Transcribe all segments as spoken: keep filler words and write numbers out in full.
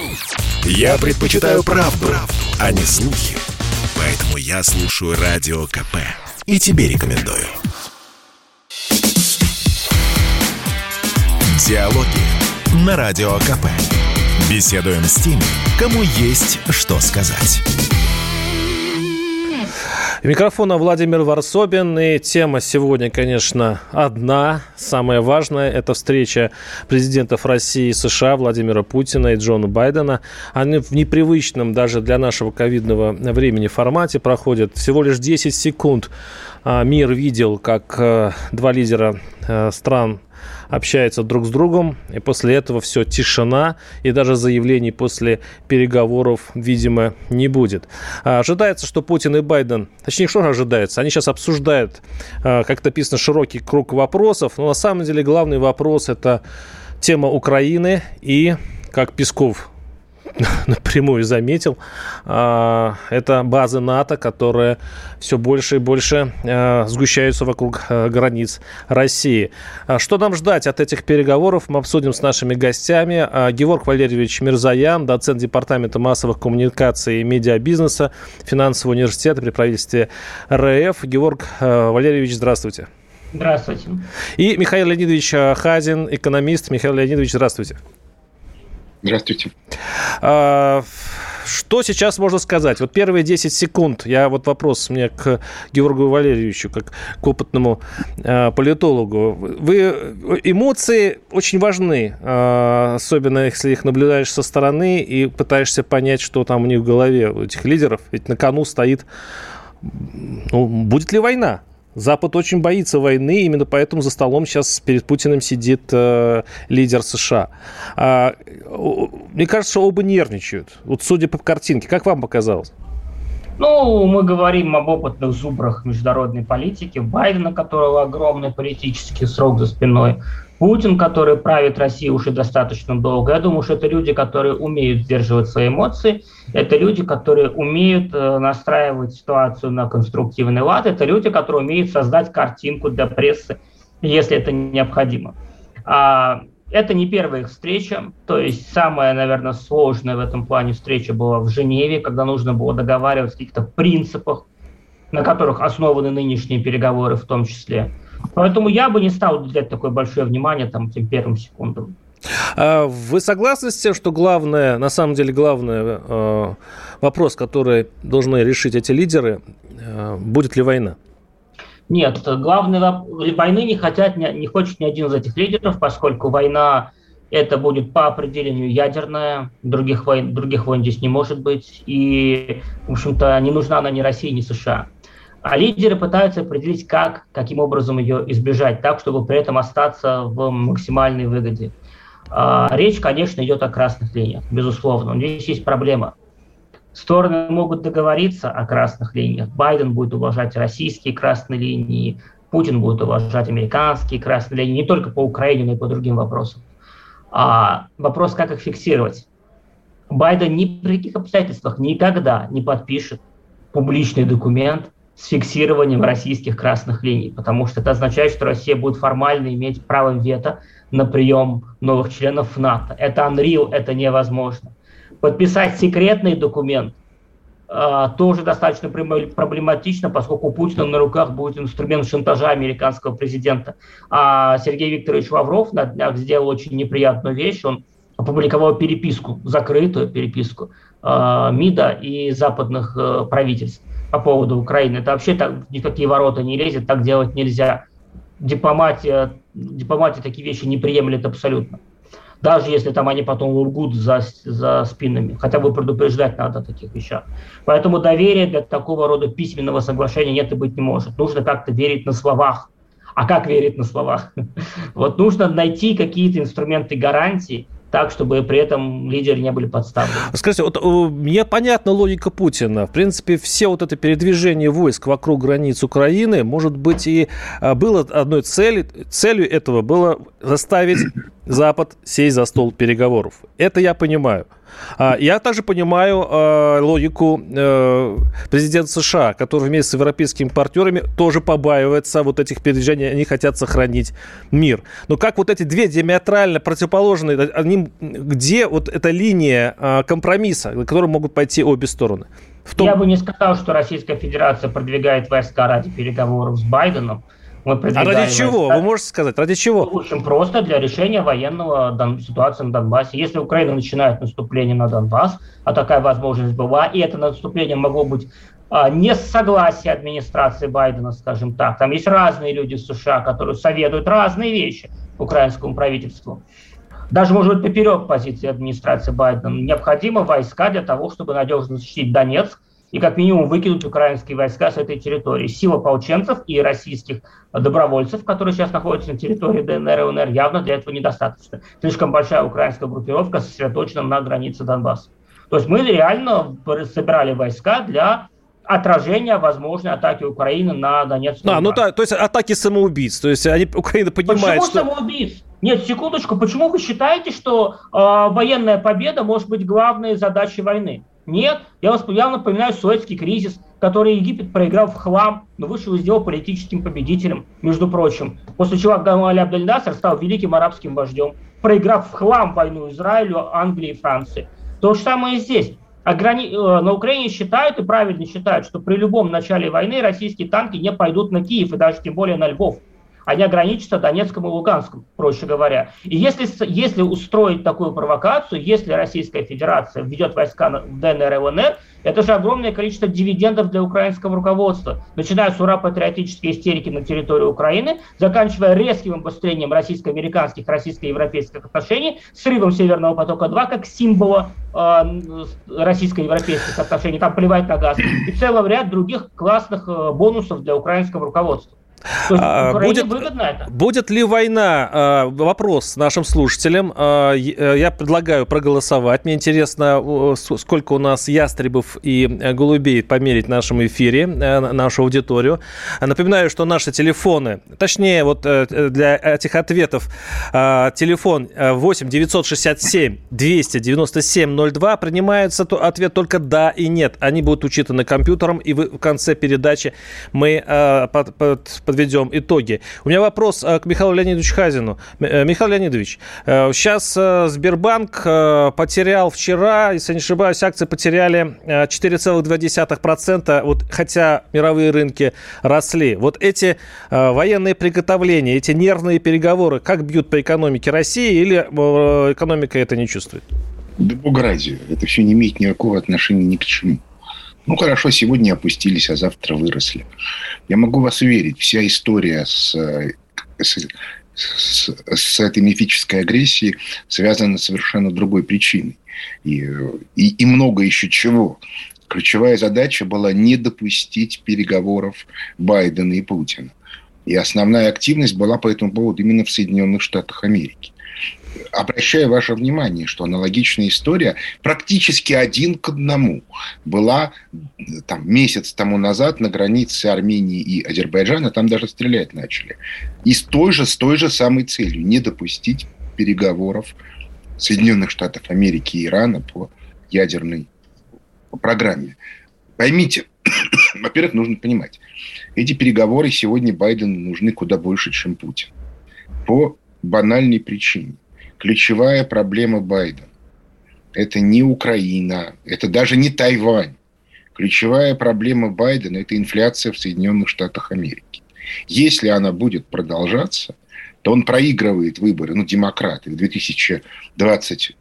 Я предпочитаю правду, правду, а не слухи. Поэтому я слушаю Радио КП. И тебе рекомендую. Диалоги на Радио КП. Беседуем с теми, кому есть что сказать. У микрофона Владимир Варсобин, и тема сегодня, конечно, одна, самая важная. Это встреча президентов России и США Владимира Путина и Джона Байдена. Они в непривычном даже для нашего ковидного времени формате проходят. Всего лишь десять секунд мир видел, как два лидера стран общаются друг с другом, и после этого все, тишина, и даже заявлений после переговоров, видимо, не будет. Ожидается, что Путин и Байден, точнее, что ожидается, они сейчас обсуждают, как написано, широкий круг вопросов, но на самом деле главный вопрос – это тема Украины и, как Песков напрямую заметил, это базы НАТО, которые все больше и больше сгущаются вокруг границ России. Что нам ждать от этих переговоров, мы обсудим с нашими гостями. Геворг Валерьевич Мирзоян, доцент Департамента массовых коммуникаций и медиабизнеса Финансового университета при правительстве РФ. Геворг Валерьевич, здравствуйте. Здравствуйте. И Михаил Леонидович Хазин, экономист. Михаил Леонидович, здравствуйте. Здравствуйте. А, что сейчас можно сказать? Вот первые десять секунд, я вот вопрос мне к Георгию Валерьевичу, как к опытному а, политологу. Вы, эмоции очень важны, а, особенно если их наблюдаешь со стороны и пытаешься понять, что там у них в голове, у этих лидеров. Ведь на кону стоит, ну, будет ли война? Запад очень боится войны, именно поэтому за столом сейчас перед Путиным сидит э, лидер США. А, мне кажется, что оба нервничают. Вот судя по картинке, как вам показалось? Ну, мы говорим об опытных зубрах международной политики. Байден, у которого огромный политический срок за спиной. Путин, который правит Россией уже достаточно долго. Я думаю, что это люди, которые умеют сдерживать свои эмоции. Это люди, которые умеют э, настраивать ситуацию на конструктивный лад. Это люди, которые умеют создать картинку для прессы, если это необходимо. А, это не первая их встреча. То есть самая, наверное, сложная в этом плане встреча была в Женеве, когда нужно было договариваться о каких-то принципах, на которых основаны нынешние переговоры в том числе. Поэтому я бы не стал уделять такое большое внимание там, этим первым секундам. Вы согласны с тем, что главное, на самом деле главный э, вопрос, который должны решить эти лидеры, э, будет ли война? Нет, главное, войны не хотят, не, не хочет ни один из этих лидеров, поскольку война это будет по определению ядерная, других войн, других войн здесь не может быть, и, в общем-то, не нужна она ни России, ни США. А лидеры пытаются определить, как, каким образом ее избежать, так, чтобы при этом остаться в максимальной выгоде. А, речь, конечно, идет о красных линиях, безусловно. Но здесь есть проблема. Стороны могут договориться о красных линиях. Байден будет уважать российские красные линии, Путин будет уважать американские красные линии, не только по Украине, но и по другим вопросам. А вопрос, как их фиксировать. Байден ни при каких обстоятельствах никогда не подпишет публичный документ с фиксированием российских красных линий, потому что это означает, что Россия будет формально иметь право вето на прием новых членов НАТО. Это unreal, это невозможно. Подписать секретный документ э, тоже достаточно проблематично, поскольку у Путина на руках будет инструмент шантажа американского президента. А Сергей Викторович Лавров на днях сделал очень неприятную вещь. Он опубликовал переписку, закрытую переписку э, МИДа и западных э, правительств по поводу Украины. Это вообще так, ни в какие ворота не лезет, так делать нельзя. Дипломатия, дипломатия такие вещи не приемлет абсолютно. Даже если там они потом лгут за, за спинами. Хотя бы предупреждать надо о таких вещах. Поэтому доверия для такого рода письменного соглашения нет и быть не может. Нужно как-то верить на словах. А как верить на словах? Вот нужно найти какие-то инструменты гарантии, так, чтобы при этом лидеры не были подставлены. Скажите, вот мне понятна логика Путина. В принципе, все вот это передвижение войск вокруг границ Украины, может быть, и было одной целью, целью этого было заставить Запад сесть за стол переговоров. Это я понимаю. Я также понимаю э, логику э, президента США, который вместе с европейскими партнерами тоже побаивается вот этих передвижений, они хотят сохранить мир. Но как вот эти две диаметрально противоположные, они, где вот эта линия э, компромисса, на которую могут пойти обе стороны? В том... Я бы не сказал, что Российская Федерация продвигает войска ради переговоров с Байденом. Мы а ради чего? Войска. Вы можете сказать, ради чего? Очень просто, для решения военного дон... ситуации на Донбассе. Если Украина начинает наступление на Донбасс, а такая возможность была, и это наступление могло быть а, не с согласия администрации Байдена, скажем так. Там есть разные люди в США, которые советуют разные вещи украинскому правительству. Даже, может быть, поперек позиции администрации Байдена. Необходимы войска для того, чтобы надежно защитить Донецк и как минимум выкинуть украинские войска с этой территории. Сила ополченцев и российских добровольцев, которые сейчас находятся на территории ДНР и ЛНР, явно для этого недостаточно. Слишком большая украинская группировка сосредоточена на границе Донбасса. То есть мы реально собирали войска для отражения возможной атаки Украины на Донецк. А, ну да, то есть атаки самоубийц. То есть они, Украина понимает, Почему что... самоубийц? Нет, секундочку. Почему вы считаете, что э, военная победа может быть главной задачей войны? Нет, я вас я напоминаю Суэцкий кризис, который Египет проиграл в хлам, но вышел и сделал политическим победителем, между прочим. После чего Гамаль Абдель-Насер стал великим арабским вождем, проиграв в хлам войну Израилю, Англии и Франции. То же самое и здесь. Ограни... На Украине считают и правильно считают, что при любом начале войны российские танки не пойдут на Киев и даже тем более на Львов. Они ограничатся Донецком и Луганском, проще говоря. И если, если устроить такую провокацию, если Российская Федерация введет войска в ДНР и ЛНР, это же огромное количество дивидендов для украинского руководства. Начиная с ура-патриотической истерики на территории Украины, заканчивая резким обострением российско-американских, российско-европейских отношений, срывом Северного потока-два как символа э, российско-европейских отношений, там плевать на газ, и целый ряд других классных э, бонусов для украинского руководства. Будет, будет ли война? Вопрос нашим слушателям. Я предлагаю проголосовать. Мне интересно, сколько у нас ястребов и голубей померить в нашем эфире, нашу аудиторию. Напоминаю, что наши телефоны, точнее, вот для этих ответов, телефон восемь девятьсот шестьдесят семь двести девяносто семь ноль два, принимается ответ только да и нет. Они будут учитаны компьютером, и в конце передачи мы под, под подведем итоги. У меня вопрос к Михаилу Леонидовичу Хазину. Михаил Леонидович, сейчас Сбербанк потерял вчера, если не ошибаюсь, акции потеряли четыре целых две десятых процента, вот, хотя мировые рынки росли. Вот эти военные приготовления, эти нервные переговоры, как бьют по экономике России, или экономика это не чувствует? Да бога ради, это все не имеет никакого отношения ни к чему. Ну, хорошо, сегодня опустились, а завтра выросли. Я могу вас уверить, вся история с, с, с, с этой мифической агрессией связана с совершенно другой причиной. И, и, и много еще чего. Ключевая задача была не допустить переговоров Байдена и Путина. И основная активность была по этому поводу именно в Соединенных Штатах Америки. Обращаю ваше внимание, что аналогичная история практически один к одному была там, месяц тому назад на границе Армении и Азербайджана. Там даже стрелять начали. И с той же, с той же самой целью – не допустить переговоров Соединенных Штатов Америки и Ирана по ядерной программе. Поймите, во-первых, нужно понимать, эти переговоры сегодня Байдену нужны куда больше, чем Путин. По банальной причине. Ключевая проблема Байдена – это не Украина, это даже не Тайвань. Ключевая проблема Байдена – это инфляция в Соединенных Штатах Америки. Если она будет продолжаться, то он проигрывает выборы, ну, демократы, в две тысячи двадцать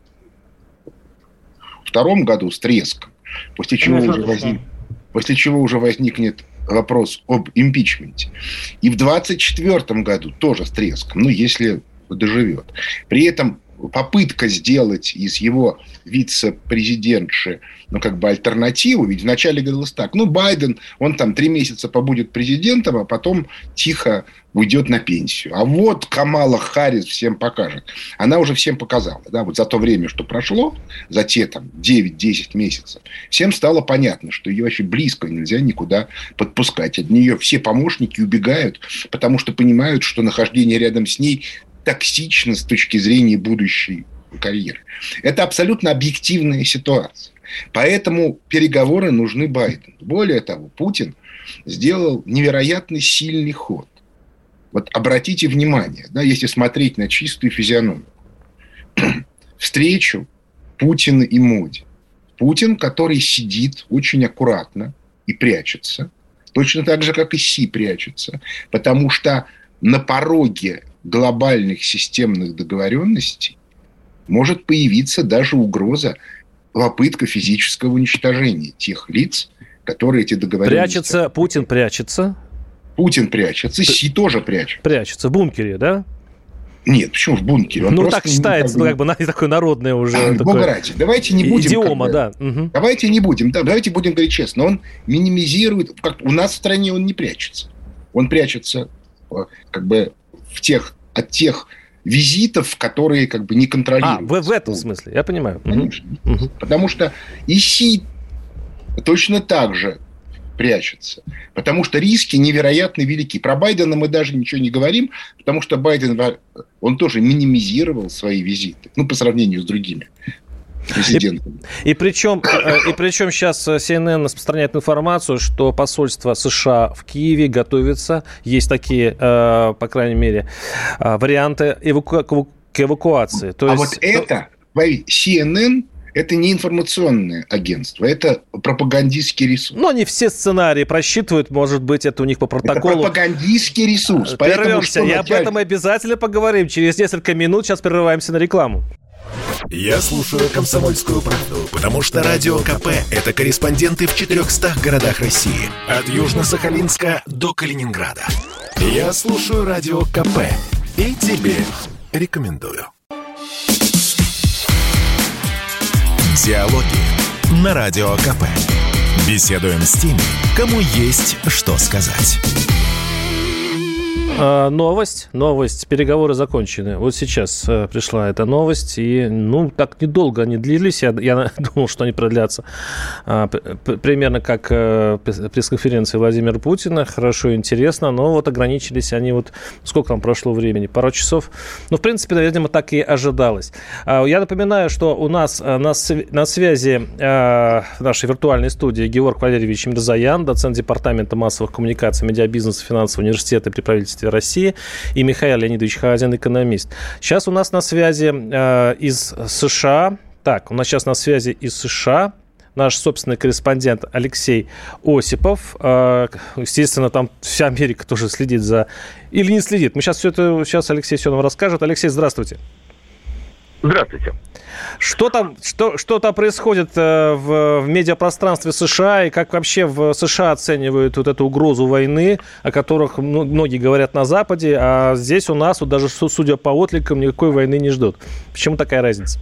втором году с треском, после чего, уже возник, после чего уже возникнет вопрос об импичменте. И в двадцать четвёртом году тоже с треском, ну, если доживет. При этом попытка сделать из его вице-президентши, ну, как бы альтернативу, ведь вначале говорилось так, ну, Байден, он там три месяца побудет президентом, а потом тихо уйдет на пенсию. А вот Камала Харрис всем покажет. Она уже всем показала, да, вот за то время, что прошло, за те там девять-десять месяцев, всем стало понятно, что ее вообще близко нельзя никуда подпускать. От нее все помощники убегают, потому что понимают, что нахождение рядом с ней токсично с точки зрения будущей карьеры. Это абсолютно объективная ситуация. Поэтому переговоры нужны Байдену. Более того, Путин сделал невероятно сильный ход. Вот обратите внимание, да, если смотреть на чистую физиономию. Встречу Путина и Моди. Путин, который сидит очень аккуратно и прячется, точно так же, как и Си прячется, потому что на пороге глобальных системных договоренностей может появиться даже угроза, попытка физического уничтожения тех лиц, которые эти договоренности... Прячется, Путин прячется. Путин прячется, Си тоже прячется. Прячется в бункере, да? Нет, почему в бункере? Он ну, так считается, ну, как бы, такое народное уже. А, такое... Ради. Давайте не будем... Идиома, как бы, да. Угу. Давайте не будем, да, давайте будем говорить честно. Он минимизирует... Как, у нас в стране он не прячется. Он прячется как бы в тех, от тех визитов, которые как бы не контролируют. А, в, в этом смысле, я понимаю. Конечно. Угу. Потому что и Си точно так же прячется. Потому что риски невероятно велики. Про Байдена мы даже ничего не говорим, потому что Байден, он тоже минимизировал свои визиты. Ну, по сравнению с другими президентами. И, и, причем, и причем сейчас Си Эн Эн распространяет информацию, что посольство США в Киеве готовится. Есть такие, по крайней мере, варианты эваку... к эвакуации. То а есть... вот это, Си Эн Эн, это не информационное агентство, это пропагандистский ресурс. Но они все сценарии просчитывают, может быть, это у них по протоколу. Это пропагандистский ресурс. Прервемся, и об этом мы обязательно поговорим. Через несколько минут сейчас прерываемся на рекламу. Я слушаю «Комсомольскую правду», потому что Радио КП – это корреспонденты в четырехстах городах России. От Южно-Сахалинска до Калининграда. Я слушаю Радио КП и тебе рекомендую. Диалоги на Радио КП. Беседуем с теми, кому есть что сказать. Новость, новость, переговоры закончены. Вот сейчас э, пришла эта новость, и, ну, так недолго они длились, я, я думал, что они продлятся э, п- примерно как э, пресс-конференция Владимира Путина, хорошо, интересно, но вот ограничились они вот, сколько там прошло времени, пару часов, ну, в принципе, видимо, так и ожидалось. Э, я напоминаю, что у нас э, на, св- на связи э, в нашей виртуальной студии Георг Валерьевич Мирзоян, доцент Департамента массовых коммуникаций, медиабизнеса, финансового университета при правительстве России, и Михаил Леонидович Хазин, экономист. Сейчас у нас на связи э, из США, так, у нас сейчас на связи из США наш собственный корреспондент Алексей Осипов. Э, естественно, там вся Америка тоже следит за... Или не следит. Мы сейчас все это... Сейчас Алексей все нам расскажет. Алексей, здравствуйте. Здравствуйте. Что там, что, что там происходит э, в, в медиапространстве США, и как вообще в США оценивают вот эту угрозу войны, о которых ну, многие говорят на Западе, а здесь у нас, вот даже судя по откликам, никакой войны не ждут. Почему такая разница?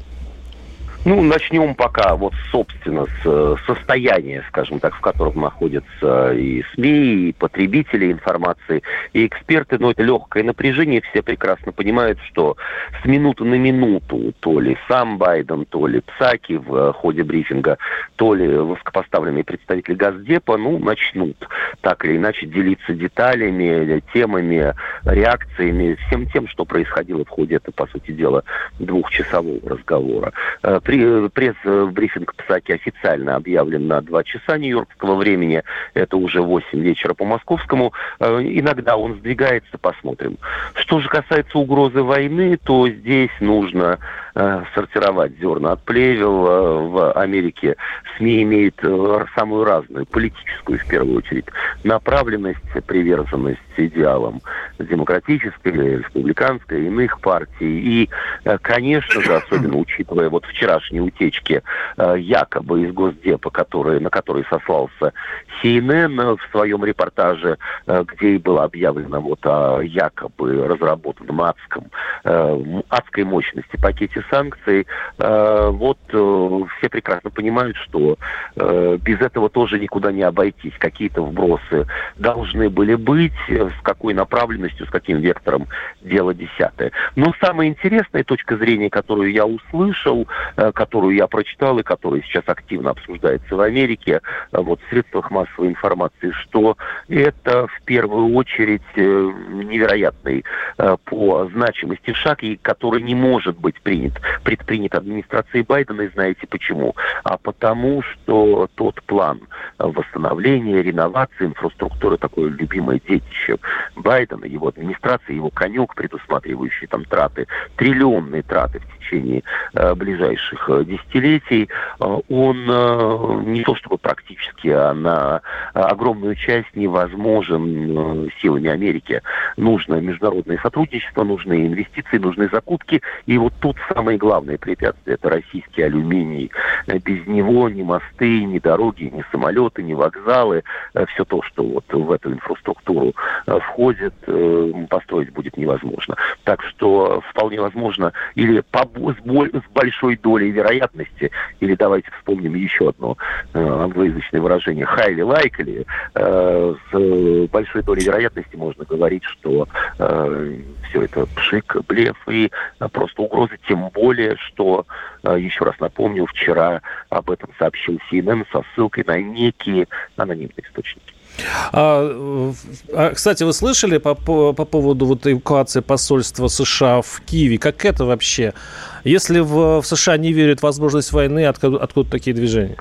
Ну, начнем пока вот, собственно, с состояния, скажем так, в котором находятся и СМИ, и потребители информации, и эксперты. Но это легкое напряжение. Все прекрасно понимают, что с минуты на минуту то ли сам Байден, то ли Псаки в ходе брифинга, то ли высокопоставленные представители Госдепа, ну, начнут так или иначе делиться деталями, темами, реакциями, всем тем, что происходило в ходе этого, по сути дела, двухчасового разговора. Пресс-брифинг Псаки официально объявлен на два часа нью-йоркского времени. Это уже восемь вечера по московскому. Иногда он сдвигается, посмотрим. Что же касается угрозы войны, то здесь нужно э, сортировать зерна от плевел. В Америке СМИ имеют самую разную политическую, в первую очередь, направленность, приверженность идеалам демократической, республиканской, иных партий. И, конечно же, особенно учитывая вот вчерашние утечки э, якобы из Госдепа, которые, на которые сослался Си Эн Эн в своем репортаже, э, где и было объявлено вот о якобы разработанном адском, э, адской мощности пакете санкций. Э, вот э, все прекрасно понимают, что э, без этого тоже никуда не обойтись. Какие-то вбросы должны были быть. с какой направленностью, с каким вектором, дело десятое. Но самая интересная точка зрения, которую я услышал, которую я прочитал и которая сейчас активно обсуждается в Америке, вот, в средствах массовой информации, что это в первую очередь невероятный по значимости шаг, и который не может быть принят, предпринят администрацией Байдена, и знаете почему? А потому, что тот план восстановления, реновации инфраструктуры, такое любимое детище Байдена, его администрации, его конек, предусматривающий там траты, триллионные траты в течение э, ближайших э, десятилетий, э, он э, не то чтобы практически, а на э, огромную часть невозможен э, силами Америки. Нужно международное сотрудничество, нужны инвестиции, нужны закупки, и вот тут самое главное препятствие – это российский алюминий. Без него ни мосты, ни дороги, ни самолеты, ни вокзалы, э, все то, что вот в эту инфраструктуру э, входит, э, построить будет невозможно. Так что вполне возможно, или по, с, боль, с большой долей вероятности, или давайте вспомним еще одно э, англоязычное выражение highly likely, э, с большой долей вероятности можно говорить, что э, все это пшик, блеф и э, просто угрозы, тем более, что, э, еще раз напомню, вчера об этом сообщил си эн эн со ссылкой на некие анонимные источники. А, кстати, вы слышали по, по, по поводу вот эвакуации посольства США в Киеве? Как это вообще? Если в, в США не верят в возможность войны, откуда, откуда такие движения?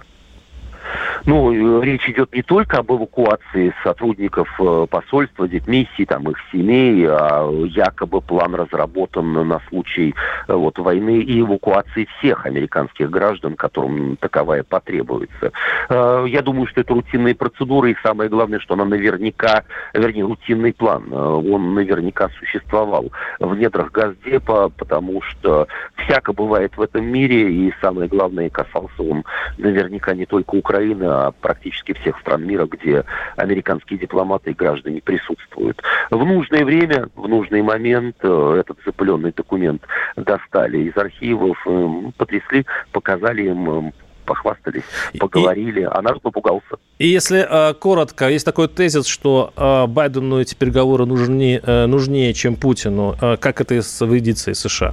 Ну, речь идет не только об эвакуации сотрудников посольства, дипмиссий, там, их семей, а якобы план разработан на случай вот, войны и эвакуации всех американских граждан, которым таковая потребуется. Я думаю, что это рутинные процедуры, и самое главное, что она наверняка, вернее, рутинный план, он наверняка существовал в недрах Госдепа, потому что всяко бывает в этом мире, и самое главное, касался он наверняка не только Украины, а практически всех стран мира, где американские дипломаты и граждане присутствуют. В нужное время, в нужный момент этот запыленный документ достали из архивов, потрясли, показали им, похвастались, поговорили, и, а народ напугался. И если э, коротко, есть такой тезис, что э, Байдену эти переговоры нужнее, э, нужнее, чем Путину. Э, как это выйдется из США?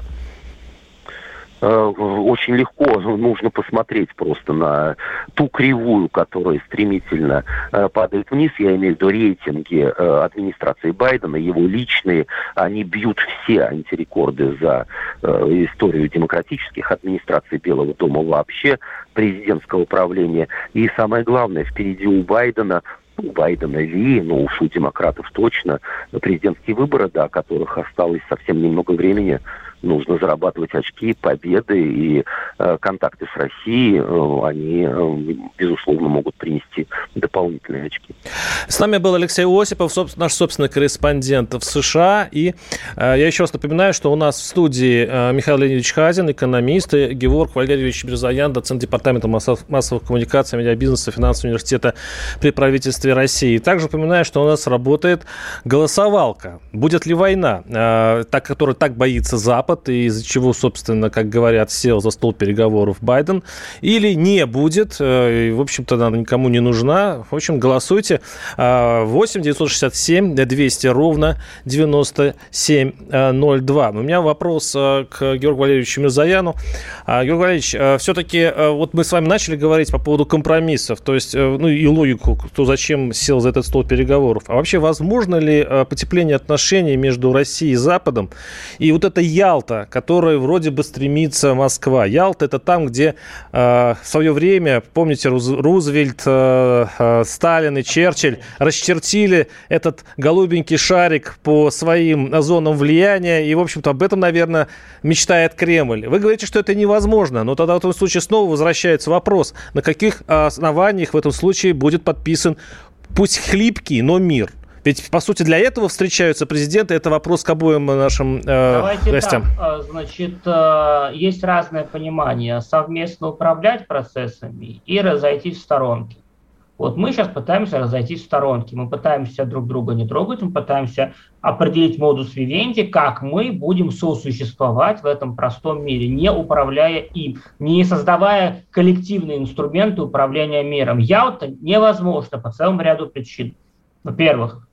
Очень легко, нужно посмотреть просто на ту кривую, которая стремительно падает вниз. Я имею в виду рейтинги администрации Байдена, его личные, они бьют все антирекорды за историю демократических администраций Белого дома вообще, президентского правления. И самое главное, впереди у Байдена, у Байдена ли, но уж у демократов точно, президентские выборы, до которых осталось совсем немного времени. Нужно зарабатывать очки, победы, и э, контакты с Россией, э, они, э, безусловно, могут принести дополнительные очки. С нами был Алексей Осипов, соб- наш собственный корреспондент в США. И э, я еще раз напоминаю, что у нас в студии э, Михаил Леонидович Хазин, экономист, и Геворг Валерьевич Мирзоян, доцент департамента массов- массовых коммуникаций, медиабизнеса, финансового университета при правительстве России. Также напоминаю, что у нас работает голосовалка. Будет ли война, э, та, которая так боится Запад, и из-за чего, собственно, как говорят, сел за стол переговоров Байден, или не будет, и, в общем-то, она никому не нужна. В общем, голосуйте. восемь девятьсот шестьдесят семь двести ровно девяносто семь ноль два. У меня вопрос к Георгию Валерьевичу Мирзояну. Георгий Валерьевич, все-таки вот мы с вами начали говорить по поводу компромиссов, то есть, ну, и логику, кто зачем сел за этот стол переговоров. А вообще, возможно ли потепление отношений между Россией и Западом? И вот это Ялта, к которой вроде бы стремится Москва. Ялта – это там, где э, в свое время, помните, Руз, Рузвельт, э, э, Сталин и Черчилль расчертили этот голубенький шарик по своим зонам влияния. И, в общем-то, об этом, наверное, мечтает Кремль. Вы говорите, что это невозможно, но тогда в этом случае снова возвращается вопрос, на каких основаниях в этом случае будет подписан, пусть хлипкий, но мир. Ведь, по сути, для этого встречаются президенты. Это вопрос к обоим нашим э, Давайте гостям. Так. Значит, э, есть разное понимание. Совместно управлять процессами и разойтись в сторонки. Вот мы сейчас пытаемся разойтись в сторонки. Мы пытаемся друг друга не трогать. Мы пытаемся определить модус вивенди, как мы будем сосуществовать в этом простом мире, не управляя им, не создавая коллективные инструменты управления миром. Ялта невозможно по целому ряду причин. Во-первых,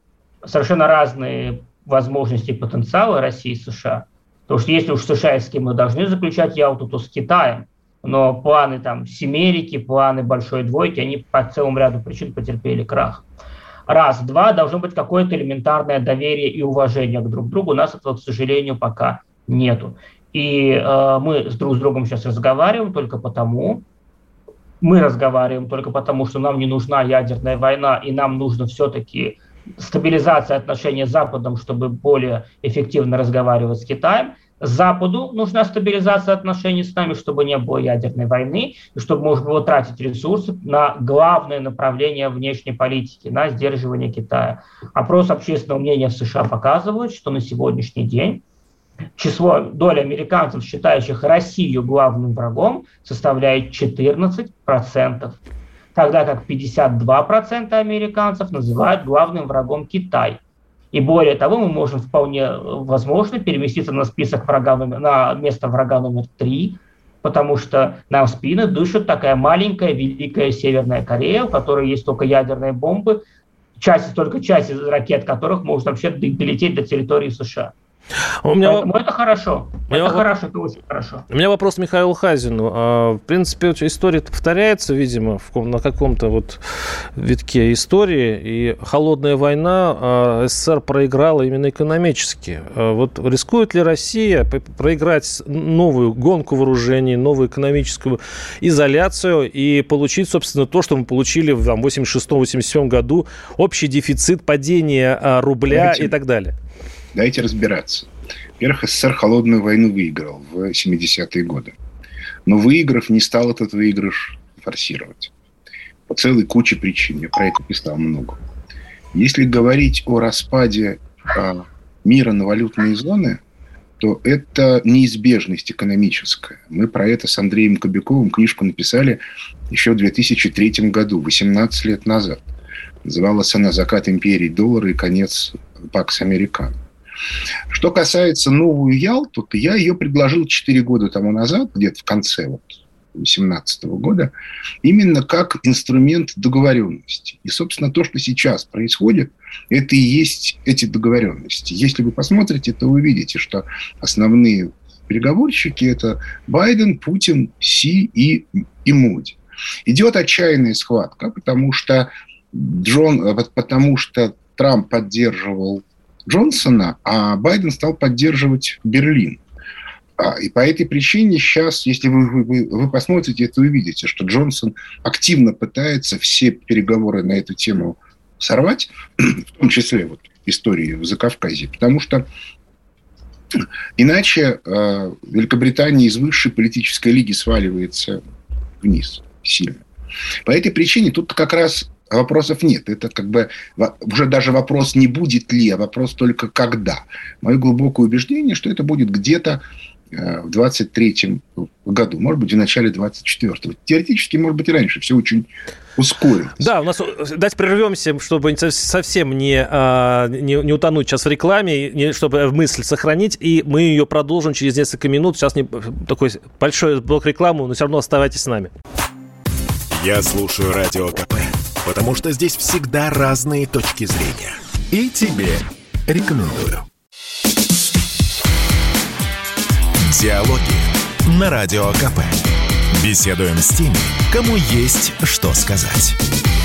совершенно разные возможности и потенциалы России и США. Потому что если уж США, с кем мы должны заключать Ялту, то с Китаем. Но планы там семерики, планы большой двойки, они по целому ряду причин потерпели крах. Раз. Два. Должно быть какое-то элементарное доверие и уважение к друг другу. У нас этого, к сожалению, пока нету. И э, мы с друг с другом сейчас разговариваем только потому, мы разговариваем только потому, что нам не нужна ядерная война, и нам нужно все-таки стабилизация отношений с Западом, чтобы более эффективно разговаривать с Китаем. Западу нужна стабилизация отношений с нами, чтобы не было ядерной войны, и чтобы можно было тратить ресурсы на главное направление внешней политики, на сдерживание Китая. Опрос общественного мнения в США показывает, что на сегодняшний день число, доля американцев, считающих Россию главным врагом, составляет четырнадцать процентов, тогда как пятьдесят два процента американцев называют главным врагом Китай. И более того, мы можем вполне возможно переместиться на список врага, на место врага номер три, потому что нам в спину дышит такая маленькая, великая Северная Корея, у которой есть только ядерные бомбы, часть, только часть из ракет которых может вообще долететь до территории США. У меня... Поэтому это хорошо. У меня... Это хорошо, это очень хорошо. У меня вопрос к Михаилу Хазину. В принципе, история повторяется, видимо, в, на каком-то вот витке истории. И холодная война СССР проиграла именно экономически. Вот рискует ли Россия проиграть новую гонку вооружений, новую экономическую изоляцию и получить, собственно, то, что мы получили в восемьдесят шестом - восемьдесят седьмом году, общий дефицит, падение рубля Давайте. и так далее? Давайте разбираться. Во-первых, СССР холодную войну выиграл в семидесятые годы. Но выиграв, не стал этот выигрыш форсировать. По целой куче причин. Я про это писал много. Если говорить о распаде а, мира на валютные зоны, то это неизбежность экономическая. Мы про это с Андреем Кобяковым книжку написали еще в две тысячи третьем году, восемнадцать лет назад. Называлась она «Закат империи доллара и конец Пакс Американо». Что касается новую Ялту, то я ее предложил четыре года тому назад, где-то в конце вот, две тысячи восемнадцатого года, именно как инструмент договоренности. И, собственно, то, что сейчас происходит, это и есть эти договоренности. Если вы посмотрите, то вы увидите, что основные переговорщики – это Байден, Путин, Си и, и Моди. Идет отчаянная схватка, потому что, Джон, потому что Трамп поддерживал Джонсона, а Байден стал поддерживать Берлин. И по этой причине сейчас, если вы, вы, вы посмотрите, то увидите, что Джонсон активно пытается все переговоры на эту тему сорвать, в том числе вот истории в Закавказье, потому что иначе э, Великобритания из высшей политической лиги сваливается вниз сильно. По этой причине тут как раз вопросов нет. Это как бы уже даже вопрос не будет ли, а вопрос только когда. Мое глубокое убеждение, что это будет где-то в двадцать третьем году, может быть, в начале двадцать четвёртого. Теоретически, может быть, и раньше. Все очень ускорилось. Да, у нас давайте прервемся, чтобы совсем не, не, не утонуть сейчас в рекламе, чтобы мысль сохранить, и мы ее продолжим через несколько минут. Сейчас не, такой большой блок рекламы, но все равно оставайтесь с нами. Я слушаю Радио КП, потому что здесь всегда разные точки зрения. И тебе рекомендую. Диалоги на Радио КП. Беседуем с теми, кому есть что сказать.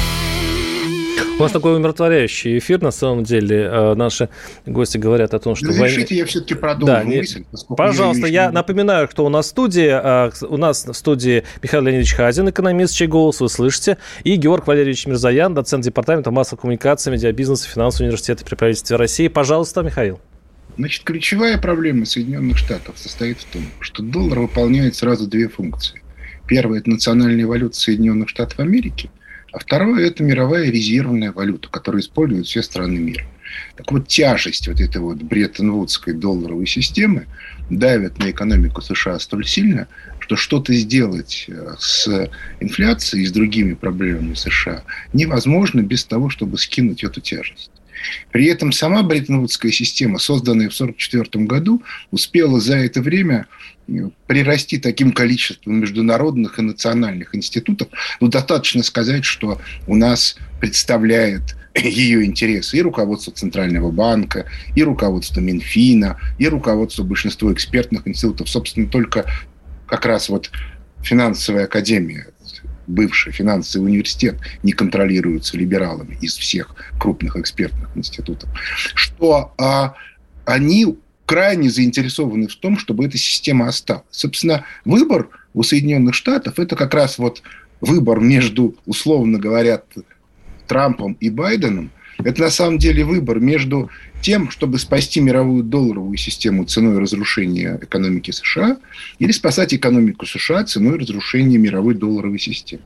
У нас такой умиротворяющий эфир, на самом деле. Наши гости говорят о том, что... Разрешите, война... я все-таки продолжу да, мысль. Пожалуйста, я, я напоминаю, кто у нас в студии. У нас в студии Михаил Леонидович Хазин, экономист, чей голос вы слышите, и Георг Валерьевич Мирзоян, доцент департамента массовой коммуникации, медиабизнеса, финансового университета при правительстве России. Пожалуйста, Михаил. Значит, ключевая проблема Соединенных Штатов состоит в том, что доллар выполняет сразу две функции. Первая – это национальная валюта Соединенных Штатов Америки, а второе – это мировая резервная валюта, которую используют все страны мира. Так вот, тяжесть вот этой вот бреттон-вудской долларовой системы давит на экономику США столь сильно, что что-то сделать с инфляцией и с другими проблемами США невозможно без того, чтобы скинуть эту тяжесть. При этом сама Бреттон-Вудская система, созданная в тысяча девятьсот сорок четвёртом году, успела за это время прирасти таким количеством международных и национальных институтов. Ну, достаточно сказать, что у нас представляет ее интересы и руководство Центрального банка, и руководство Минфина, и руководство большинства экспертных институтов. Собственно, только как раз вот финансовая академия, бывший финансовый университет, не контролируется либералами из всех крупных экспертных институтов, что а, они крайне заинтересованы в том, чтобы эта система осталась. Собственно, выбор у Соединенных Штатов – это как раз вот выбор между, условно говоря, Трампом и Байденом. Это на самом деле выбор между тем, чтобы спасти мировую долларовую систему ценой разрушения экономики США, или спасать экономику США ценой разрушения мировой долларовой системы.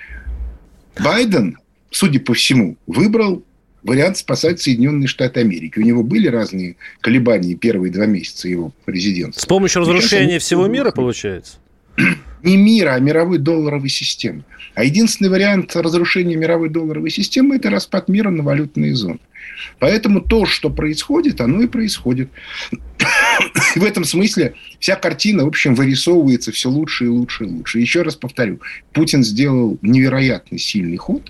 Байден, судя по всему, выбрал вариант спасать Соединенные Штаты Америки. У него были разные колебания первые два месяца его президентства. С помощью разрушения всего мира, получается? Не мира, а мировой долларовой системы. А единственный вариант разрушения мировой долларовой системы – это распад мира на валютные зоны. Поэтому то, что происходит, оно и происходит. И в этом смысле вся картина, в общем, вырисовывается все лучше и лучше и лучше. Еще раз повторю, Путин сделал невероятно сильный ход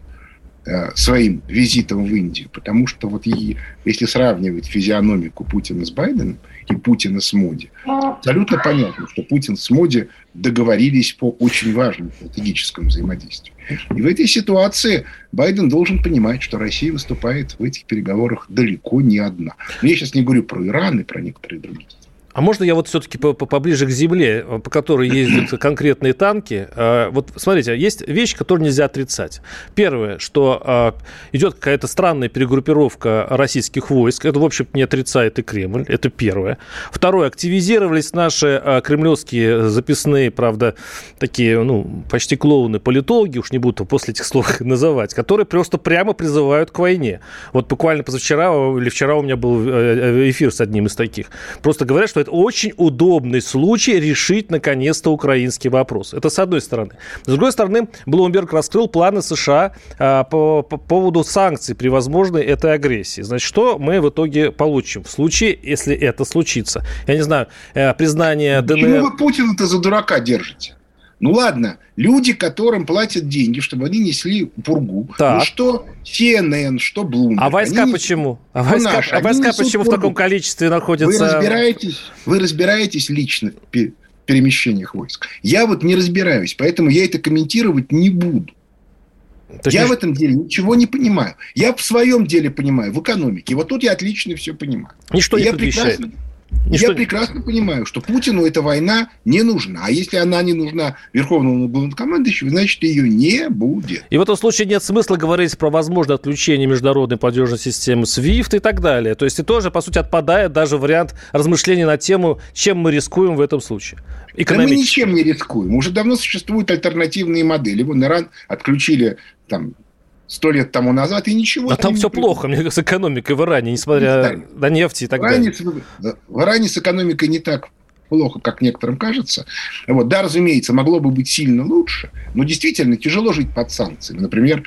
своим визитом в Индию, потому что вот и, если сравнивать физиономику Путина с Байденом и Путина с Моди, абсолютно понятно, что Путин с Моди договорились по очень важному стратегическому взаимодействию. И в этой ситуации Байден должен понимать, что Россия выступает в этих переговорах далеко не одна. Но я сейчас не говорю про Иран и про некоторые другие. А можно я вот все-таки поближе к земле, по которой ездят конкретные танки? Вот смотрите, есть вещь, которую нельзя отрицать. Первое, что идет какая-то странная перегруппировка российских войск. Это, в общем-то, не отрицает и Кремль. Это первое. Второе, активизировались наши кремлевские записные, правда, такие, ну, почти клоуны, политологи, уж не буду после этих слов называть, которые просто прямо призывают к войне. Вот буквально позавчера или вчера у меня был эфир с одним из таких. Просто говорят, что это очень удобный случай решить, наконец-то, украинский вопрос. Это с одной стороны. С другой стороны, Блумберг раскрыл планы США а, по, по поводу санкций при возможной этой агрессии. Значит, что мы в итоге получим в случае, если это случится? Я не знаю, э, признание ДНР... Почему вы Путина-то за дурака держите? Ну ладно, люди, которым платят деньги, чтобы они несли пургу. Так. Ну что си эн эн, что Bloomberg. А войска почему? А войска, наши, а войска почему пургу. В таком количестве находятся? Вы разбираетесь, вы разбираетесь лично в перемещениях войск. Я вот не разбираюсь, поэтому я это комментировать не буду. То я не... в этом деле ничего не понимаю. Я в своем деле понимаю, в экономике. Вот тут я отлично все понимаю. Ничто не предвещает. Ничто... Я прекрасно понимаю, что Путину эта война не нужна. А если она не нужна верховному главнокомандующему, значит, ее не будет. И в этом случае нет смысла говорить про возможное отключение международной платежной системы свифт и так далее. То есть, и тоже, по сути, отпадает даже вариант размышлений на тему, чем мы рискуем в этом случае. Да мы ничем не рискуем. Уже давно существуют альтернативные модели. Вон Иран отключили там... Сто лет тому назад, и ничего. А там все плохо, мне кажется, с экономикой в Иране, несмотря на нефть и так далее. В Иране с экономикой не так плохо, как некоторым кажется. Вот. Да, разумеется, могло бы быть сильно лучше, но действительно тяжело жить под санкциями. Например,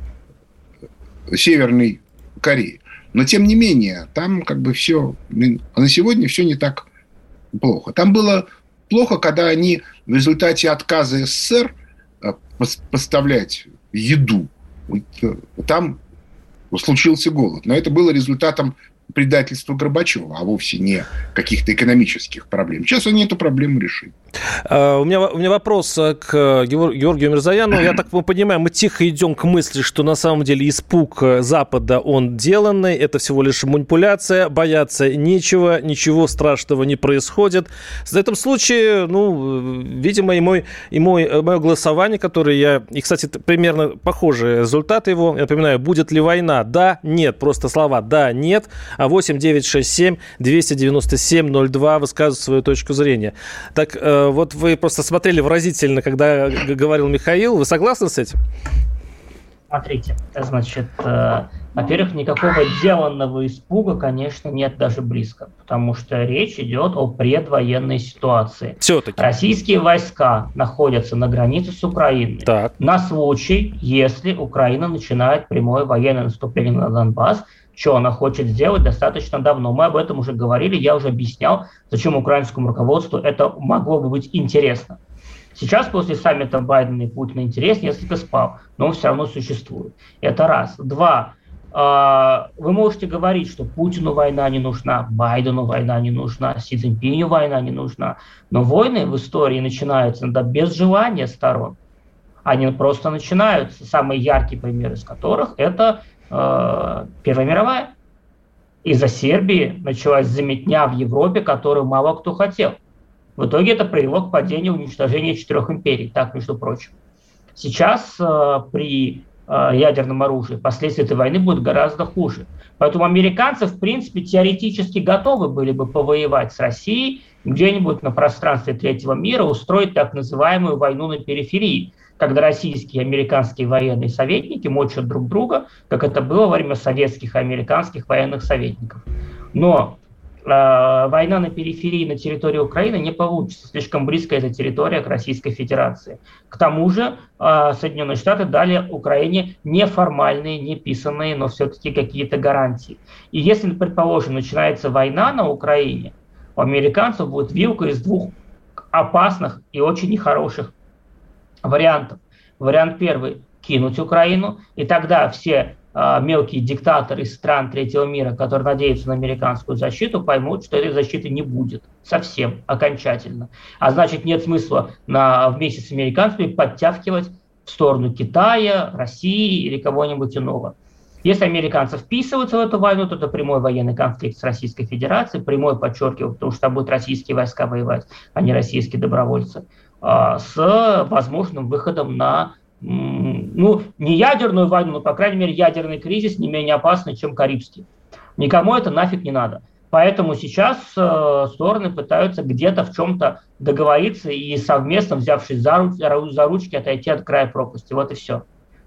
Северной Корее. Но, тем не менее, там как бы все... А на сегодня все не так плохо. Там было плохо, когда они в результате отказа СССР поставлять еду, там случился голод. Но это было результатом предательства Горбачева, а вовсе не каких-то экономических проблем. Сейчас они эту проблему решили. Uh, у, меня, у меня вопрос к Георгию Мирзояну. Я так понимаю, мы тихо идем к мысли, что на самом деле испуг Запада, он деланный, это всего лишь манипуляция, бояться нечего, ничего страшного не происходит. В этом случае, ну, видимо, и, мой, и мой, мое голосование, которое я... И, кстати, примерно похожие результаты его. Я напоминаю, будет ли война? Да, нет. Просто слова «да», «нет». А восемь девятьсот шестьдесят семь двести девяносто семь ноль два высказывают свою точку зрения. Так, вот вы просто смотрели выразительно, когда говорил Михаил. Вы согласны с этим? Смотрите, значит, Во-первых, никакого деланного испуга, конечно, нет даже близко, потому что речь идет о предвоенной ситуации. Все-таки. Российские войска находятся на границе с Украиной так. на случай, если Украина начинает прямое военное наступление на Донбасс, что она хочет сделать достаточно давно. Мы об этом уже говорили, я уже объяснял, зачем украинскому руководству это могло бы быть интересно. Сейчас после саммита Байдена и Путина интерес несколько спал, но он все равно существует. Это раз. Два. Вы можете говорить, что Путину война не нужна, Байдену война не нужна, Си Цзиньпиню война не нужна. Но войны в истории начинаются да, без желания сторон. Они просто начинаются. Самый яркий пример из которых – это э, Первая мировая. Из-за Сербии началась заметня в Европе, которую мало кто хотел. В итоге это привело к падению и уничтожению четырех империй, так, между прочим. Сейчас э, при ядерном оружии, последствия этой войны будут гораздо хуже. Поэтому американцы, в принципе, теоретически готовы были бы повоевать с Россией, где-нибудь на пространстве третьего мира устроить так называемую войну на периферии, когда российские и американские военные советники мочат друг друга, как это было во время советских и американских военных советников. Но э, война на периферии на территории Украины не получится. Слишком близко эта территория к Российской Федерации. К тому же э, Соединенные Штаты дали Украине неформальные, не писанные, но все-таки какие-то гарантии. И если, предположим, начинается война на Украине, у американцев будет вилка из двух опасных и очень нехороших вариантов. Вариант первый – кинуть Украину, и тогда все э, мелкие диктаторы из стран третьего мира, которые надеются на американскую защиту, поймут, что этой защиты не будет совсем, окончательно. А значит, нет смысла на, вместе с американцами подтягивать в сторону Китая, России или кого-нибудь иного. Если американцы вписываются в эту войну, то это прямой военный конфликт с Российской Федерацией, прямой, подчеркиваю, потому что там будут российские войска воевать, а не российские добровольцы, с возможным выходом на, ну, не ядерную войну, но, по крайней мере, ядерный кризис не менее опасный, чем Карибский. Никому это нафиг не надо. Поэтому сейчас э, стороны пытаются где-то в чем-то договориться и совместно, взявшись за, руч, за ручки, отойти от края пропасти. Вот и все.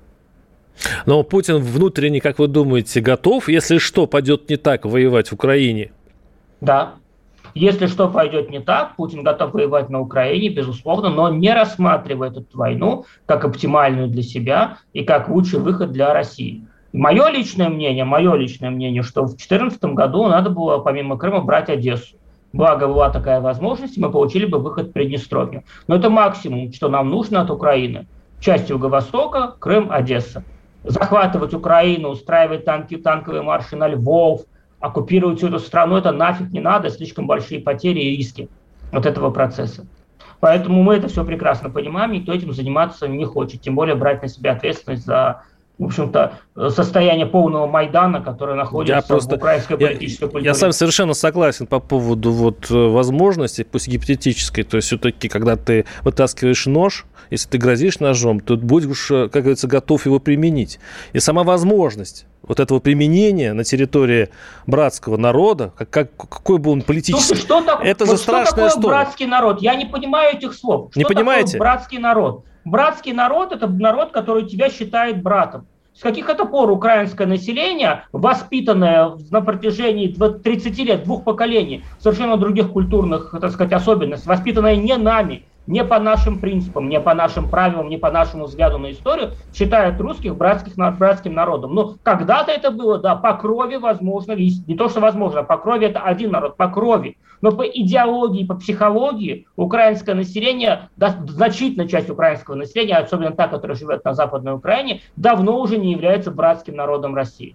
Но Путин внутренне, как вы думаете, готов, если что пойдет не так, воевать в Украине? Да. Если что пойдет не так, Путин готов воевать на Украине, безусловно, но не рассматривает эту войну как оптимальную для себя и как лучший выход для России. Мое личное мнение, мое личное мнение, что в две тысячи четырнадцатом году надо было помимо Крыма брать Одессу. Благо была такая возможность, мы получили бы выход в Приднестровье. Но это максимум, что нам нужно от Украины. Часть Юго-Востока, Крым, Одесса. Захватывать Украину, устраивать танки, танковые марши на Львов, оккупировать всю эту страну, это нафиг не надо, слишком большие потери и риски от этого процесса. Поэтому мы это все прекрасно понимаем, никто этим заниматься не хочет, тем более брать на себя ответственность за, в общем-то, состояние полного Майдана, которое находится я просто, в украинской политической я, культуре. Я с вами совершенно согласен по поводу вот возможности, пусть гипотетической, то есть все-таки, когда ты вытаскиваешь нож, если ты грозишь ножом, то будешь, как говорится, готов его применить. И сама возможность вот этого применения на территории братского народа, как, как, какой бы он политический... Слушай, что так, это вот же страшная что такое история. Братский народ? Я не понимаю этих слов. Что не понимаете? Такое братский народ? Братский народ – это народ, который тебя считает братом. С каких это пор украинское население, воспитанное на протяжении тридцати лет, двух поколений, совершенно других культурных, так сказать, особенностей, воспитанное не нами, не по нашим принципам, не по нашим правилам, не по нашему взгляду на историю, считают русских братских, братским народом. Ну, когда-то это было, да, по крови, возможно, не то, что возможно, по крови это один народ, по крови. Но по идеологии, по психологии украинское население, да, значительная часть украинского населения, особенно та, которая живет на Западной Украине, давно уже не является братским народом России.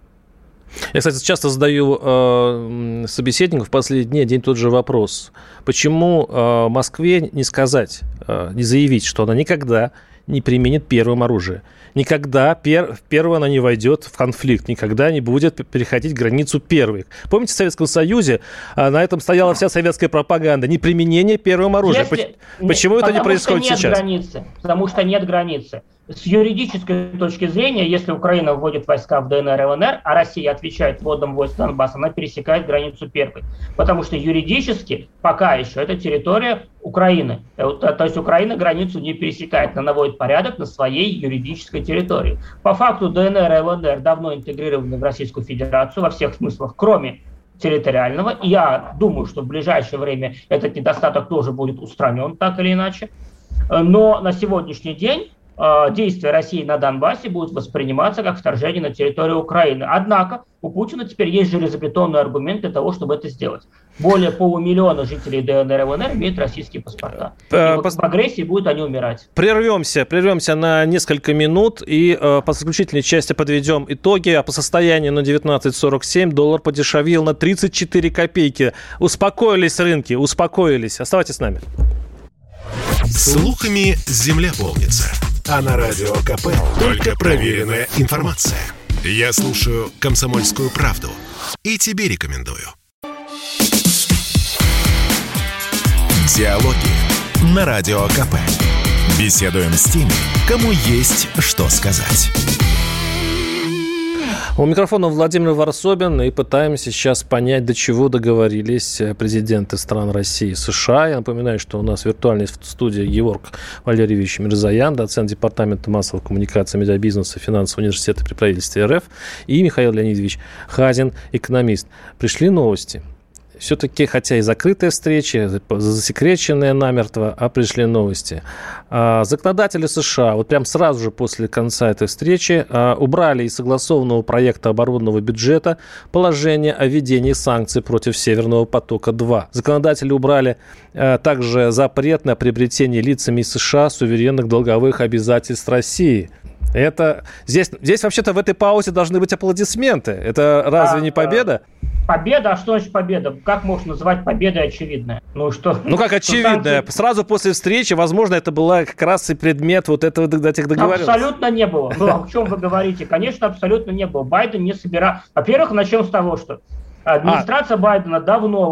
Я, кстати, часто задаю э, собеседнику в последние дни один и тот же вопрос. Почему э, Москве не сказать, э, не заявить, что она никогда не применит первым оружие? Никогда пер, первым она не войдет в конфликт, никогда не будет переходить границу первой. Помните, в Советском Союзе э, на этом стояла вся советская пропаганда. Неприменение первым оружием. Если, Почему нет, это не происходит нет сейчас? Границы, потому что нет границы. С юридической точки зрения, если Украина вводит войска в ДНР и ЛНР, а Россия отвечает вводом войск в Донбасс, она пересекает границу первой. Потому что юридически пока еще эта территория Украины. То есть Украина границу не пересекает, она наводит порядок на своей юридической территории. По факту ДНР и ЛНР давно интегрированы в Российскую Федерацию во всех смыслах, кроме территориального. И я думаю, что в ближайшее время этот недостаток тоже будет устранен, так или иначе. Но на сегодняшний день действия России на Донбассе будут восприниматься как вторжение на территорию Украины. Однако у Путина теперь есть железобетонный аргумент для того, чтобы это сделать. Более полумиллиона жителей ДНР и ЛНР имеют российские паспорта. И э, вот пос... в агрессии будут они умирать. Прервемся, прервемся на несколько минут и э, по заключительной части подведем итоги. А по состоянию на девятнадцать сорок семь доллар подешевел на тридцать четыре копейки. Успокоились рынки, успокоились. Оставайтесь с нами. Слухами земля полнится. А на Радио КП только проверенная информация. Я слушаю «Комсомольскую правду» и тебе рекомендую. Диалоги на Радио КП. Беседуем с теми, кому есть что сказать. У микрофона Владимир Варсобин, и пытаемся сейчас понять, до чего договорились президенты стран России и США. Я напоминаю, что у нас в виртуальной студии Георг Валерьевич Мирзоян, доцент Департамента массовых коммуникаций, медиабизнеса, финансового университета при правительстве РФ, и Михаил Леонидович Хазин, экономист. Пришли новости. Все-таки, хотя и закрытая встреча, засекреченная намертво, а пришли новости. Законодатели США вот прям сразу же после конца этой встречи убрали из согласованного проекта оборонного бюджета положение о введении санкций против Северного потока-два. Законодатели убрали также запрет на приобретение лицами США суверенных долговых обязательств России. Это здесь, здесь вообще-то в этой паузе должны быть аплодисменты. Это разве а, не победа? Победа? А что значит победа? Как можно называть победой очевидной? Ну что? Ну как очевидная? Санкции... Сразу после встречи, возможно, это была как раз и предмет вот этого, этих договоренностей. Абсолютно не было. Ну, о чем вы говорите? Конечно, абсолютно не было. Байден не собирал. Во-первых, начнем с того, что администрация а. Байдена давно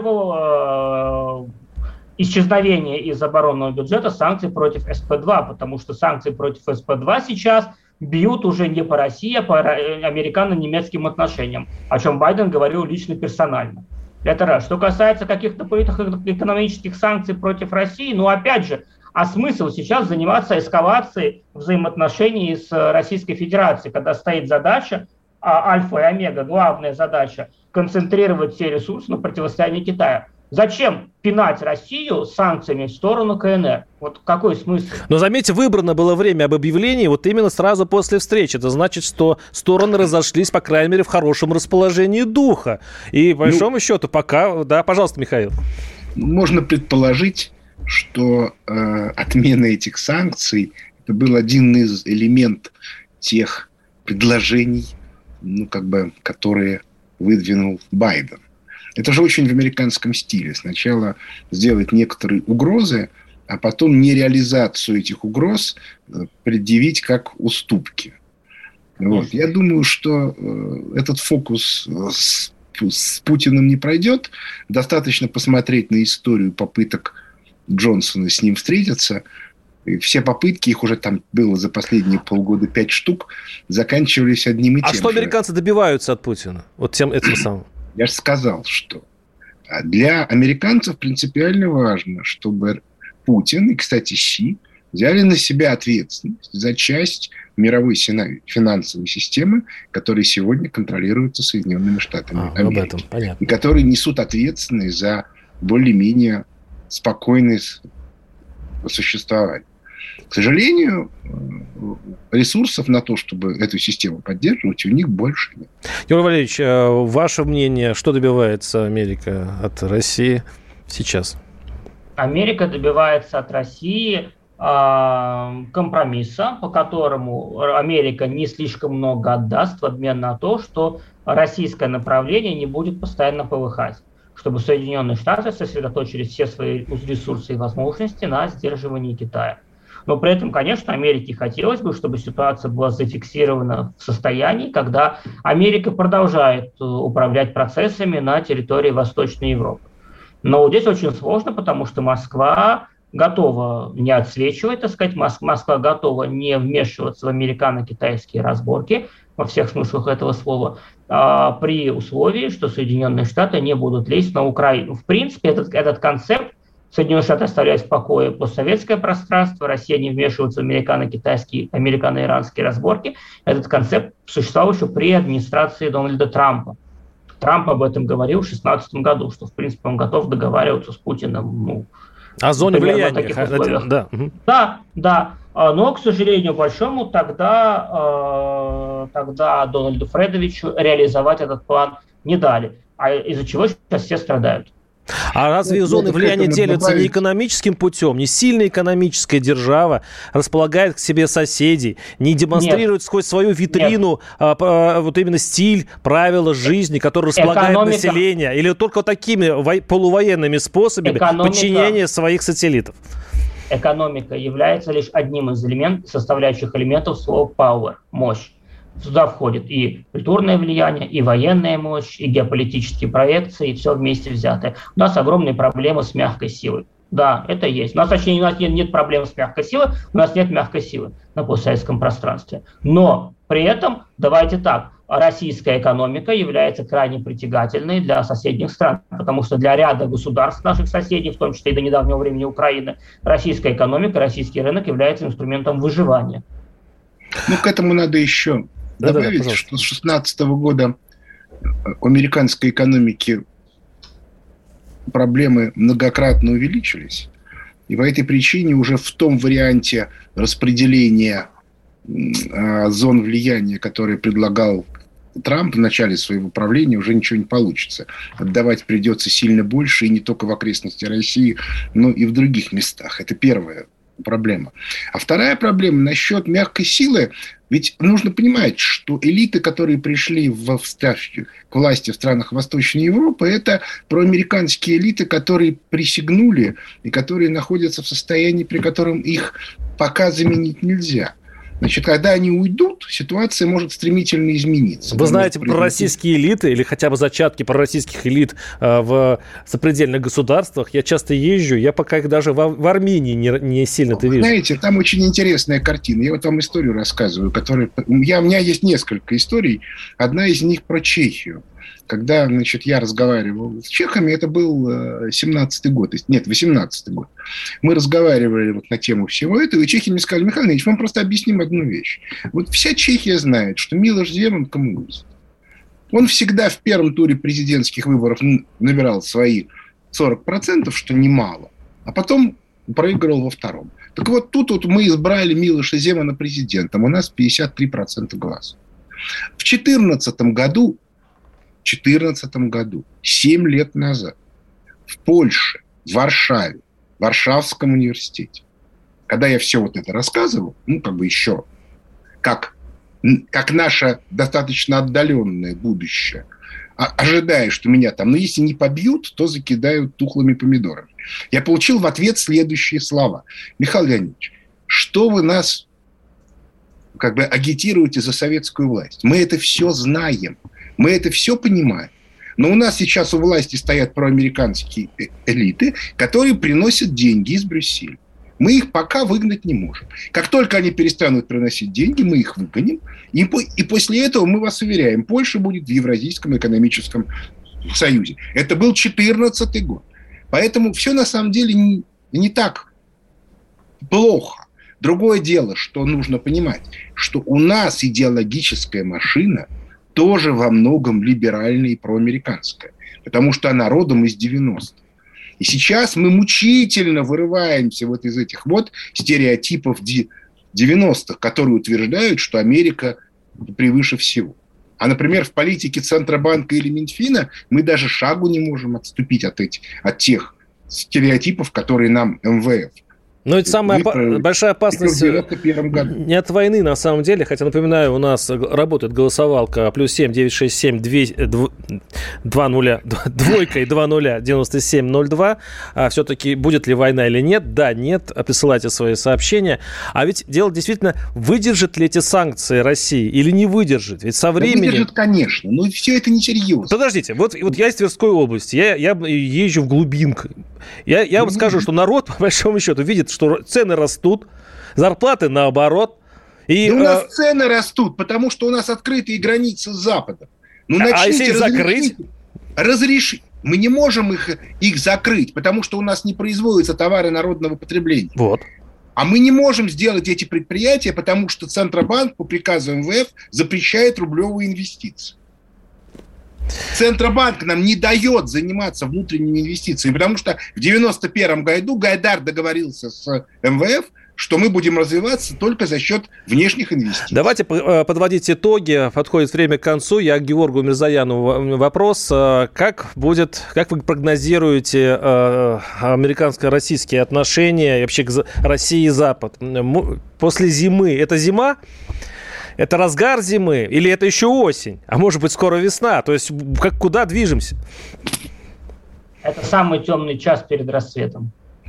лоббировала исчезновение из оборонного бюджета санкций против эс пэ два, потому что санкции против эс пэ два сейчас бьют уже не по России, а по американо-немецким отношениям, о чем Байден говорил лично персонально. Это раз. Что касается каких-то экономических санкций против России, ну опять же, а смысл сейчас заниматься эскалацией взаимоотношений с Российской Федерацией, когда стоит задача, а альфа и омега, главная задача, концентрировать все ресурсы на противостоянии Китая. Зачем пинать Россию санкциями в сторону ка эн эр? Вот какой смысл? Но заметьте, выбрано было время об объявлении вот именно сразу после встречи. Это значит, что стороны разошлись, по крайней мере, в хорошем расположении духа. И, по большому ну, счету, пока... Да, пожалуйста, Михаил. Можно предположить, что э, отмена этих санкций это был один из элементов тех предложений, ну, как бы, которые выдвинул Байден. Это же очень в американском стиле. Сначала сделать некоторые угрозы, а потом нереализацию этих угроз предъявить как уступки. Вот. Я думаю, что этот фокус с, с Путиным не пройдет. Достаточно посмотреть на историю попыток Джонсона с ним встретиться. И все попытки, их уже там было за последние полгода пять штук, заканчивались одним и тем же. А что американцы добиваются от Путина? Вот тем, этим самым. Я же сказал, что для американцев принципиально важно, чтобы Путин и, кстати, Си взяли на себя ответственность за часть мировой финансовой системы, которая сегодня контролируется Соединенными Штатами а, Америки. Об этом, понятно. И которые несут ответственность за более-менее спокойное существование. К сожалению, ресурсов на то, чтобы эту систему поддерживать, у них больше нет. Георгий Валерьевич, ваше мнение, что добивается Америка от России сейчас? Америка добивается от России э, компромисса, по которому Америка не слишком много отдаст в обмен на то, что российское направление не будет постоянно полыхать, чтобы Соединенные Штаты сосредоточили все свои ресурсы и возможности на сдерживании Китая. Но при этом, конечно, Америке хотелось бы, чтобы ситуация была зафиксирована в состоянии, когда Америка продолжает управлять процессами на территории Восточной Европы. Но здесь очень сложно, потому что Москва готова не отсвечивать, так сказать, Москва готова не вмешиваться в американо-китайские разборки, во всех смыслах этого слова, а при условии, что Соединенные Штаты не будут лезть на Украину. В принципе, этот, этот концепт Соединенные Штаты оставляют в покое постсоветское пространство, Россия не вмешивается в американо-китайские, американо-иранские разборки. Этот концепт существовал еще при администрации Дональда Трампа. Трамп об этом говорил в две тысячи шестнадцатом году, что, в принципе, он готов договариваться с Путиным. Ну, о зоне влияния. Да. да, да. Но, к сожалению, большому, тогда, тогда Дональду Фредовичу реализовать этот план не дали, а из-за чего сейчас все страдают. А разве ну, зоны влияния делятся добавить... не экономическим путем? Не сильная экономическая держава располагает к себе соседей, не демонстрирует Нет. сквозь свою витрину а, а, вот именно стиль, правила жизни, который располагает Экономика... население? Или только вот такими во... полувоенными способами Экономика... подчинения своих сателлитов? Экономика является лишь одним из элементов, составляющих элементов слова power, мощь. Сюда входит и культурное влияние, и военная мощь, и геополитические проекции, и все вместе взятое. У нас огромные проблемы с мягкой силой. Да, это есть. У нас, точнее, у нас нет, нет проблем с мягкой силой, у нас нет мягкой силы на постсоветском пространстве. Но при этом, давайте так, российская экономика является крайне притягательной для соседних стран, потому что для ряда государств наших соседей, в том числе и до недавнего времени Украины, российская экономика, российский рынок является инструментом выживания. Ну, к этому надо еще... добавить, да, да, что с две тысячи шестнадцатого года у американской экономики проблемы многократно увеличились. И по этой причине уже в том варианте распределения э, зон влияния, который предлагал Трамп в начале своего правления, уже ничего не получится. Отдавать придется сильно больше, и не только в окрестностях России, но и в других местах. Это первое. Проблема. А вторая проблема насчет мягкой силы. Ведь нужно понимать, что элиты, которые пришли в, в, к власти в странах Восточной Европы, это проамериканские элиты, которые присягнули и которые находятся в состоянии, при котором их пока заменить нельзя. Значит, когда они уйдут, ситуация может стремительно измениться. Вы знаете про российские элиты или хотя бы зачатки пророссийских элит э, в сопредельных государствах. Я часто езжу, я пока их даже в, в Армении не, не сильно-то вижу. Знаете, там очень интересная картина. Я вот вам историю рассказываю, которая... Я, у меня есть несколько историй. Одна из них про Чехию. Когда, значит, я разговаривал с чехами, это был семнадцатый год, нет, восемнадцатый год. Мы разговаривали вот на тему всего этого, и чехи мне сказали: Михаил Ильич, вам просто объясним одну вещь. Вот вся Чехия знает, что Милош Земан коммунист. Он всегда в первом туре президентских выборов набирал свои сорок процентов, что немало, а потом проигрывал во втором. Так вот, тут вот мы избрали Милоша Земана президентом, у нас пятьдесят три процента голосов. В две тысячи четырнадцатом году В две тысячи четырнадцатом году, семь лет назад, в Польше, в Варшаве, в Варшавском университете, когда я все вот это рассказывал, ну, как бы еще, как, как наше достаточно отдаленное будущее, ожидая, что меня там, ну, если не побьют, то закидают тухлыми помидорами, я получил в ответ следующие слова: Михаил Леонидович, что вы нас как бы агитируете за советскую власть? Мы это все знаем. Мы это все понимаем. Но у нас сейчас у власти стоят проамериканские элиты, которые приносят деньги из Брюсселя. Мы их пока выгнать не можем. Как только они перестанут приносить деньги, мы их выгоним. И, по, и после этого, мы вас уверяем, Польша будет в Евразийском экономическом союзе. Это был две тысячи четырнадцатый год. Поэтому все на самом деле не, не так плохо. Другое дело, что нужно понимать, что у нас идеологическая машина тоже во многом либеральная и проамериканская, потому что она родом из девяностых. И сейчас мы мучительно вырываемся вот из этих вот стереотипов девяностых, которые утверждают, что Америка превыше всего. А, например, в политике Центробанка или Минфина мы даже шагу не можем отступить от, этих, от тех стереотипов, которые нам эм вэ эф. Но это самая опа- большая опасность не от войны, на самом деле. Хотя, напоминаю, у нас работает голосовалка плюс семь девятьсот шестьдесят семь два нуля двойка и два нуля девяносто семь ноль два. А все-таки будет ли война или нет? Да, нет. Присылайте свои сообщения. А ведь дело действительно, выдержит ли эти санкции России или не выдержит? Ведь со временем... Выдержит, конечно, но все это несерьезно. Подождите, вот, вот я из Тверской области, я, я езжу в глубинку. Я, я вам скажу, что народ, по большому счету, видит, что цены растут, зарплаты наоборот. И, да у нас э... цены растут, потому что у нас открытые границы с Западом. Ну, а если их закрыть? Разрешить. Мы не можем их, их закрыть, потому что у нас не производятся товары народного потребления. Вот. А мы не можем сделать эти предприятия, потому что Центробанк по приказу эм вэ эф запрещает рублевые инвестиции. Центробанк нам не дает заниматься внутренними инвестициями, потому что в девяносто первом году Гайдар договорился с эм вэ эф, что мы будем развиваться только за счет внешних инвестиций. Давайте подводить итоги. Подходит время к концу. Я к Георгу Мирзояну вопрос. Как будет, как вы прогнозируете американско-российские отношения и вообще Россия и Запад? После зимы. Это зима? Это разгар зимы? Или это еще осень? А может быть, скоро весна? То есть как, куда движемся? Это самый темный час перед рассветом.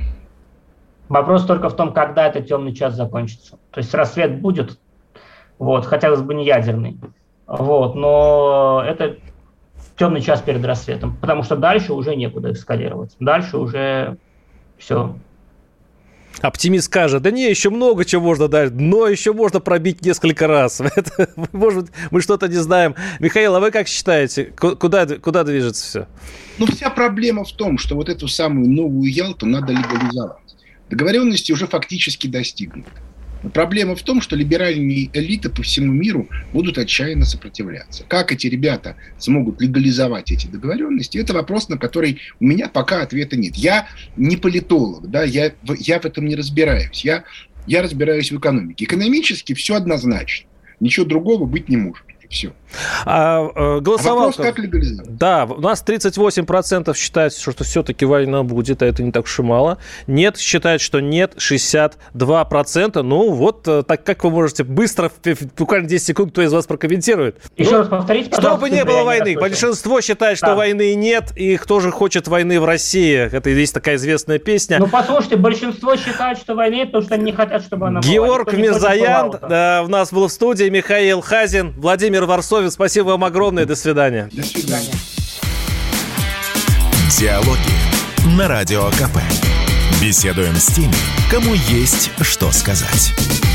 Вопрос только в том, когда этот темный час закончится. То есть рассвет будет, вот, хотелось бы не ядерный, вот, но это темный час перед рассветом, потому что дальше уже некуда эскалировать. Дальше уже все. Оптимист скажет, да не, еще много чего можно дать, но еще можно пробить несколько раз. Это, может быть, мы что-то не знаем. Михаил, а вы как считаете, куда, куда движется все? Ну, вся проблема в том, что вот эту самую новую Ялту надо легализовать. Договоренности уже фактически достигнуты. Но проблема в том, что либеральные элиты по всему миру будут отчаянно сопротивляться. Как эти ребята смогут легализовать эти договоренности, это вопрос, на который у меня пока ответа нет. Я не политолог, да, я, я в этом не разбираюсь. Я, я разбираюсь в экономике. Экономически все однозначно. Ничего другого быть не может. Все. А, э, голосовал... а вопрос, как легализовать? Да, у нас тридцать восемь процентов считают, что, что все-таки война будет, а это не так уж и мало. Нет, считают, что нет, шестьдесят два процента. Ну вот, так как вы можете быстро, буквально десять секунд, кто из вас прокомментирует? Еще ну, раз повторите, чтобы не было войны. Большинство считает, что да. войны нет, и кто же хочет войны в России? Это есть такая известная песня. Ну, послушайте, большинство считает, что войны нет, потому что они не хотят, чтобы она была. Георг Мирзоян да, у нас был в студии, Михаил Хазин, Владимир Варсобин. Спасибо вам огромное. До свидания. До свидания. Диалоги на Радио ка пэ. Беседуем с теми, кому есть что сказать.